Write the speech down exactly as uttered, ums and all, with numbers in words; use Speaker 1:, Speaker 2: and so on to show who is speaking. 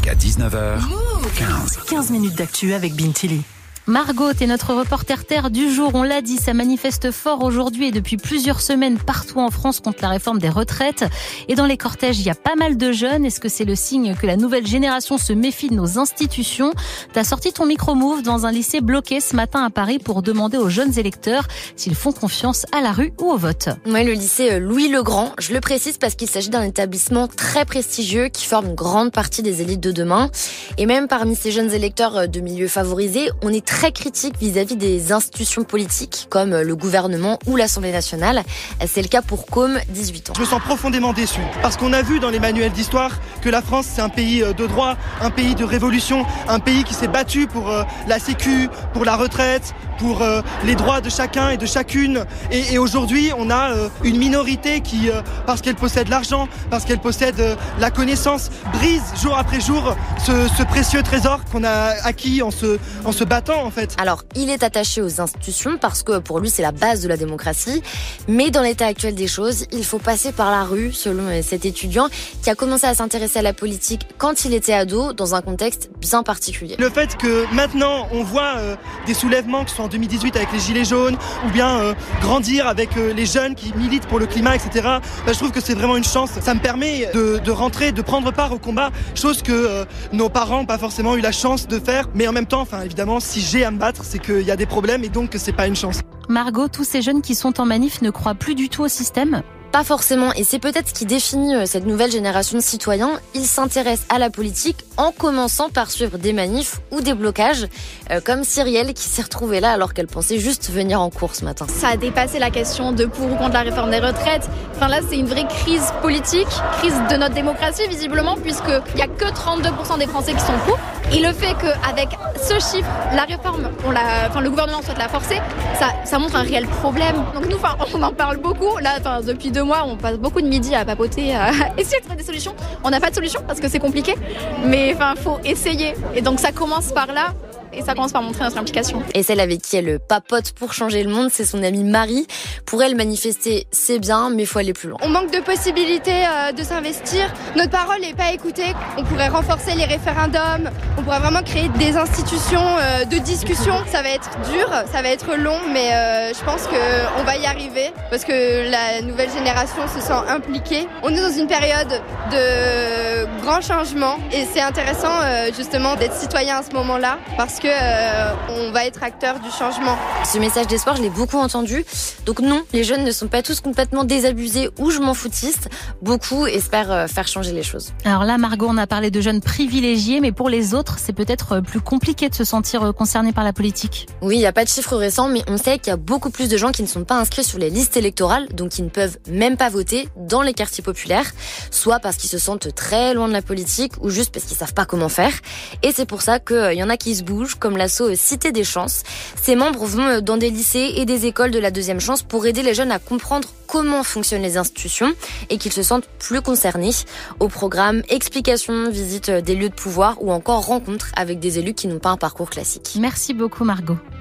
Speaker 1: Jusqu'à dix-neuf heures quinze.
Speaker 2: quinze minutes d'actu avec Bintili.
Speaker 3: Margot, t'es notre reporter terre du jour. On l'a dit, ça manifeste fort aujourd'hui et depuis plusieurs semaines partout en France contre la réforme des retraites. Et dans les cortèges, il y a pas mal de jeunes. Est-ce que c'est le signe que la nouvelle génération se méfie de nos institutions ? T'as sorti ton micro-move dans un lycée bloqué ce matin à Paris pour demander aux jeunes électeurs s'ils font confiance à la rue ou au vote.
Speaker 4: Oui, le lycée Louis-le-Grand. Je le précise parce qu'il s'agit d'un établissement très prestigieux qui forme une grande partie des élites de demain. Et même parmi ces jeunes électeurs de milieux favorisés, on est très critique vis-à-vis des institutions politiques comme le gouvernement ou l'Assemblée nationale. C'est le cas pour Com, dix-huit ans.
Speaker 5: Je me sens profondément déçu parce qu'on a vu dans les manuels d'histoire que la France c'est un pays de droit, un pays de révolution, un pays qui s'est battu pour la sécu, pour la retraite, pour les droits de chacun et de chacune. Et, et aujourd'hui, on a une minorité qui, parce qu'elle possède l'argent, parce qu'elle possède la connaissance, brise jour après jour ce, ce précieux trésor qu'on a acquis en se, en se battant en fait.
Speaker 4: Alors, il est attaché aux institutions parce que pour lui, c'est la base de la démocratie. Mais dans l'état actuel des choses, il faut passer par la rue, selon cet étudiant qui a commencé à s'intéresser à la politique quand il était ado, dans un contexte bien particulier.
Speaker 5: Le fait que maintenant, on voit euh, des soulèvements qui sont en deux mille dix-huit avec les Gilets jaunes, ou bien euh, grandir avec euh, les jeunes qui militent pour le climat, et cetera. Bah, je trouve que c'est vraiment une chance. Ça me permet de, de rentrer, de prendre part au combat, chose que euh, nos parents n'ont pas forcément eu la chance de faire. Mais en même temps, enfin évidemment, si j'ai à me battre, c'est qu'il y a des problèmes et donc que c'est pas une chance.
Speaker 3: Margot, tous ces jeunes qui sont en manif ne croient plus du tout au système ?
Speaker 4: Pas forcément, et c'est peut-être ce qui définit cette nouvelle génération de citoyens. Ils s'intéressent à la politique en commençant par suivre des manifs ou des blocages, euh, comme Cyrielle qui s'est retrouvée là alors qu'elle pensait juste venir en cours ce matin.
Speaker 6: Ça a dépassé la question de pour ou contre la réforme des retraites. Enfin là, c'est une vraie crise politique, crise de notre démocratie visiblement, puisqu'il n'y a que trente-deux pour cent des Français qui sont pour. Et le fait qu'avec ce chiffre, la réforme, on l'a, enfin, le gouvernement souhaite la forcer, ça, ça montre un réel problème. Donc nous, enfin, on en parle beaucoup. Là, enfin, depuis deux mois, on passe beaucoup de midi à papoter, à essayer de trouver des solutions. On n'a pas de solution parce que c'est compliqué, mais enfin, faut essayer. Et donc ça commence par là. Et ça commence par montrer notre implication.
Speaker 4: Et celle avec qui elle papote pour changer le monde, c'est son amie Marie. Pour elle, manifester, c'est bien, mais il faut aller plus loin.
Speaker 7: On manque de possibilités euh, de s'investir. Notre parole n'est pas écoutée. On pourrait renforcer les référendums. On pourrait vraiment créer des institutions euh, de discussion. Ça va être dur, ça va être long, mais euh, je pense qu'on va y arriver parce que la nouvelle génération se sent impliquée. On est dans une période de grands changements et c'est intéressant euh, justement d'être citoyen à ce moment-là parce que euh, on va être acteur du changement.
Speaker 4: Ce message d'espoir, je l'ai beaucoup entendu. Donc non, les jeunes ne sont pas tous complètement désabusés ou je m'en foutiste. Beaucoup espèrent euh, faire changer les choses.
Speaker 3: Alors là, Margot, on a parlé de jeunes privilégiés, mais pour les autres, c'est peut-être plus compliqué de se sentir concernés par la politique.
Speaker 4: Oui, il n'y a pas de chiffres récents, mais on sait qu'il y a beaucoup plus de gens qui ne sont pas inscrits sur les listes électorales, donc qui ne peuvent même pas voter dans les quartiers populaires, soit parce qu'ils se sentent très loin de la politique, ou juste parce qu'ils savent pas comment faire. Et c'est pour ça qu'il euh, y en a qui se bougent, comme l'asso Cité des Chances. Ces membres vont dans des lycées et des écoles de la deuxième chance pour aider les jeunes à comprendre comment fonctionnent les institutions et qu'ils se sentent plus concernés. Au programme, explications, visite des lieux de pouvoir ou encore rencontres avec des élus qui n'ont pas un parcours classique.
Speaker 3: Merci beaucoup Margot.